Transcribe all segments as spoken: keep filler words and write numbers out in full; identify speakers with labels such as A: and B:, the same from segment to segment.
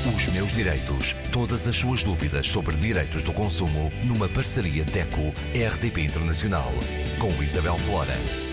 A: Os meus direitos. Todas as suas dúvidas sobre direitos do consumo numa parceria DECO-R D P Internacional. Com Isabel Flora.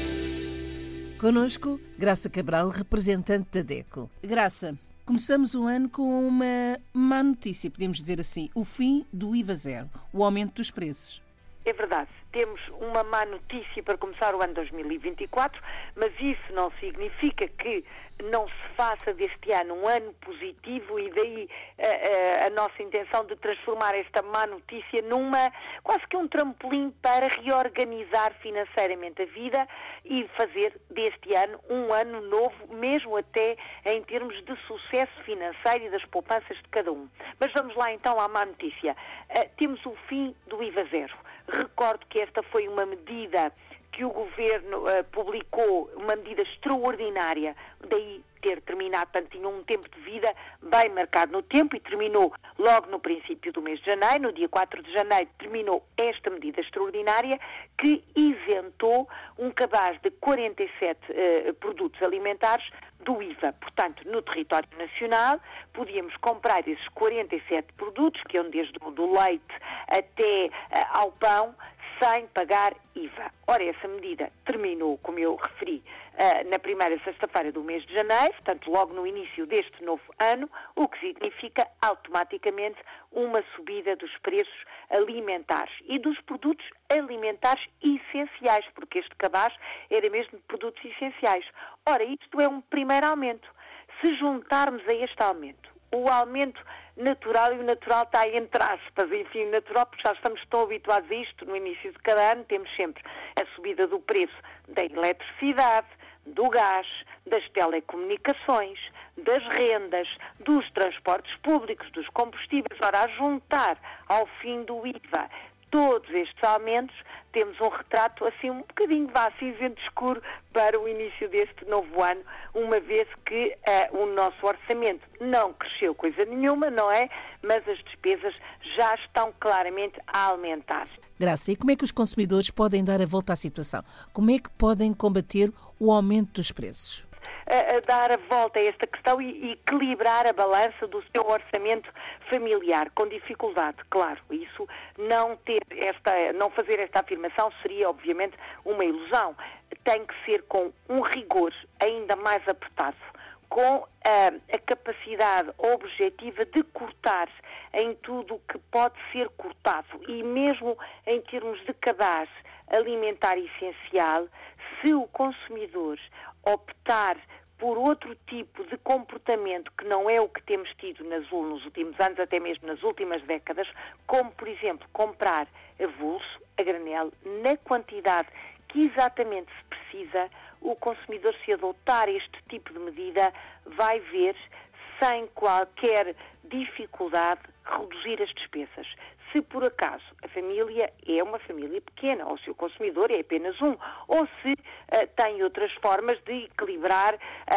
B: Conosco, Graça Cabral, representante da DECO. Graça, começamos o ano com uma má notícia, podemos dizer assim. O fim do I V A zero, o aumento dos preços.
C: É verdade, temos uma má notícia para começar o ano dois mil e vinte e quatro, mas isso não significa que não se faça deste ano um ano positivo e daí a, a, a nossa intenção de transformar esta má notícia numa, quase que um trampolim para reorganizar financeiramente a vida e fazer deste ano um ano novo, mesmo até em termos de sucesso financeiro e das poupanças de cada um. Mas vamos lá então à má notícia. Uh, temos o fim do I V A zero. Recordo que esta foi uma medida que o Governo uh, publicou, uma medida extraordinária, daí ter terminado, portanto, tinha um tempo de vida bem marcado no tempo e terminou logo no princípio do mês de janeiro, no dia quatro de janeiro, terminou esta medida extraordinária que isentou um cabaz de quarenta e sete uh, produtos alimentares do I V A. Portanto, no território nacional, podíamos comprar esses quarenta e sete produtos, que iam desde o do leite até uh, ao pão, sem pagar I V A. Ora, essa medida terminou, como eu referi, uh, na primeira sexta-feira do mês de janeiro, portanto, logo no início deste novo ano, o que significa automaticamente uma subida dos preços alimentares e dos produtos alimentares essenciais, porque este cabaz era mesmo de produtos essenciais. Ora, isto é um primeiro aumento. Se juntarmos a este aumento o aumento natural, e o natural está entre aspas, enfim, natural, porque já estamos tão habituados a isto, no início de cada ano temos sempre a subida do preço da eletricidade, do gás, das telecomunicações, das rendas, dos transportes públicos, dos combustíveis. Ora, a juntar ao fim do I V A todos estes aumentos, temos um retrato assim um bocadinho vá, cinzento escuro para o início deste novo ano, uma vez que uh, o nosso orçamento não cresceu coisa nenhuma, não é? Mas as despesas já estão claramente a aumentar.
B: Graça, e como é que os consumidores podem dar a volta à situação? Como é que podem combater o aumento dos preços?
C: A, a dar a volta a esta questão e, e equilibrar a balança do seu orçamento familiar, com dificuldade, claro. Isso, não ter esta, não fazer esta afirmação seria, obviamente, uma ilusão. Tem que ser com um rigor ainda mais apertado, com a, a capacidade objetiva de cortar em tudo o que pode ser cortado e mesmo em termos de cabaz alimentar essencial, se o consumidor optar por outro tipo de comportamento que não é o que temos tido nas, nos últimos anos, até mesmo nas últimas décadas, como, por exemplo, comprar a vulso, a granel, na quantidade que exatamente se precisa, o consumidor, se adotar este tipo de medida, vai ver, sem qualquer dificuldade, reduzir as despesas. Se por acaso a família é uma família pequena, ou se o consumidor é apenas um, ou se uh, tem outras formas de equilibrar uh,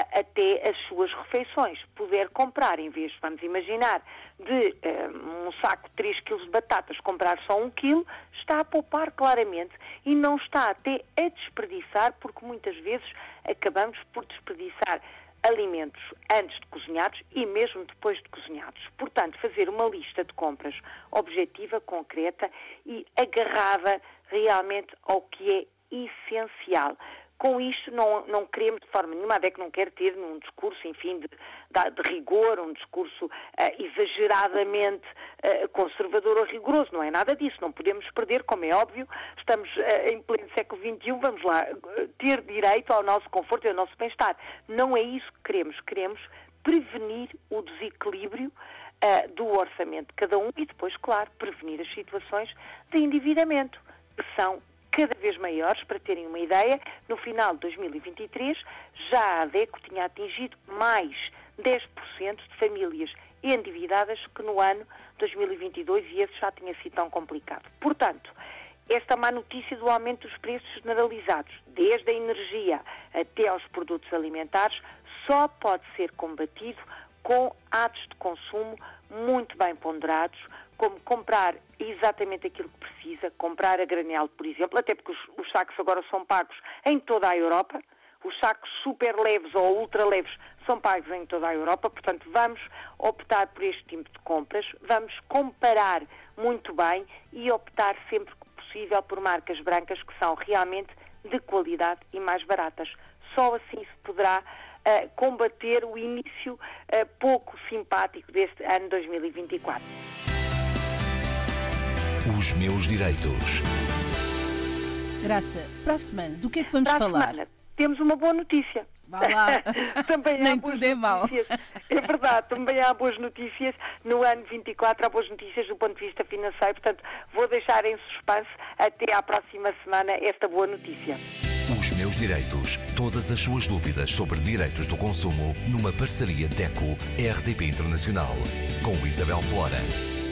C: até as suas refeições. Puder comprar, em vez, vamos imaginar, de uh, um saco de três quilos de batatas, comprar só um quilo, está a poupar claramente e não está até a desperdiçar, porque muitas vezes acabamos por desperdiçar alimentos antes de cozinhados e mesmo depois de cozinhados. Portanto, fazer uma lista de compras objetiva, concreta e agarrada realmente ao que é essencial. Com isto não, não queremos de forma nenhuma, a D E C não quer ter num discurso, enfim, de, de, de rigor, um discurso uh, exageradamente uh, conservador ou rigoroso. Não é nada disso, não podemos perder, como é óbvio, estamos uh, em pleno século vinte e um, vamos lá, uh, ter direito ao nosso conforto e ao nosso bem-estar. Não é isso que queremos, queremos prevenir o desequilíbrio uh, do orçamento de cada um e depois, claro, prevenir as situações de endividamento, que são cada vez maiores. Para terem uma ideia, no final de dois mil e vinte e três, já a DECO tinha atingido mais dez por cento de famílias endividadas que no ano dois mil e vinte e dois, e esse já tinha sido tão complicado. Portanto, esta má notícia do aumento dos preços generalizados, desde a energia até aos produtos alimentares, só pode ser combatido com atos de consumo muito bem ponderados, como comprar exatamente aquilo que precisa, comprar a granel, por exemplo, até porque os, os sacos agora são pagos em toda a Europa. os sacos super leves ou ultra leves são pagos em toda a Europa, portanto vamos optar por este tipo de compras, vamos comparar muito bem e optar sempre que possível por marcas brancas que são realmente de qualidade e mais baratas. Só assim se poderá uh, combater o início uh, pouco simpático deste ano dois mil e vinte e quatro.
A: Os meus direitos.
B: Graça, para a semana, do que é que vamos
C: para
B: falar?
C: A semana, temos uma boa notícia.
B: Vá lá.
C: Também
B: Nem
C: há boas
B: tudo é mau.
C: notícias. É verdade, também há boas notícias. No ano vinte e quatro há boas notícias do ponto de vista financeiro, portanto vou deixar em suspense até à próxima semana esta boa notícia.
A: Os meus direitos. Todas as suas dúvidas sobre direitos do consumo numa parceria DECO-R D P Internacional com Isabel Flora.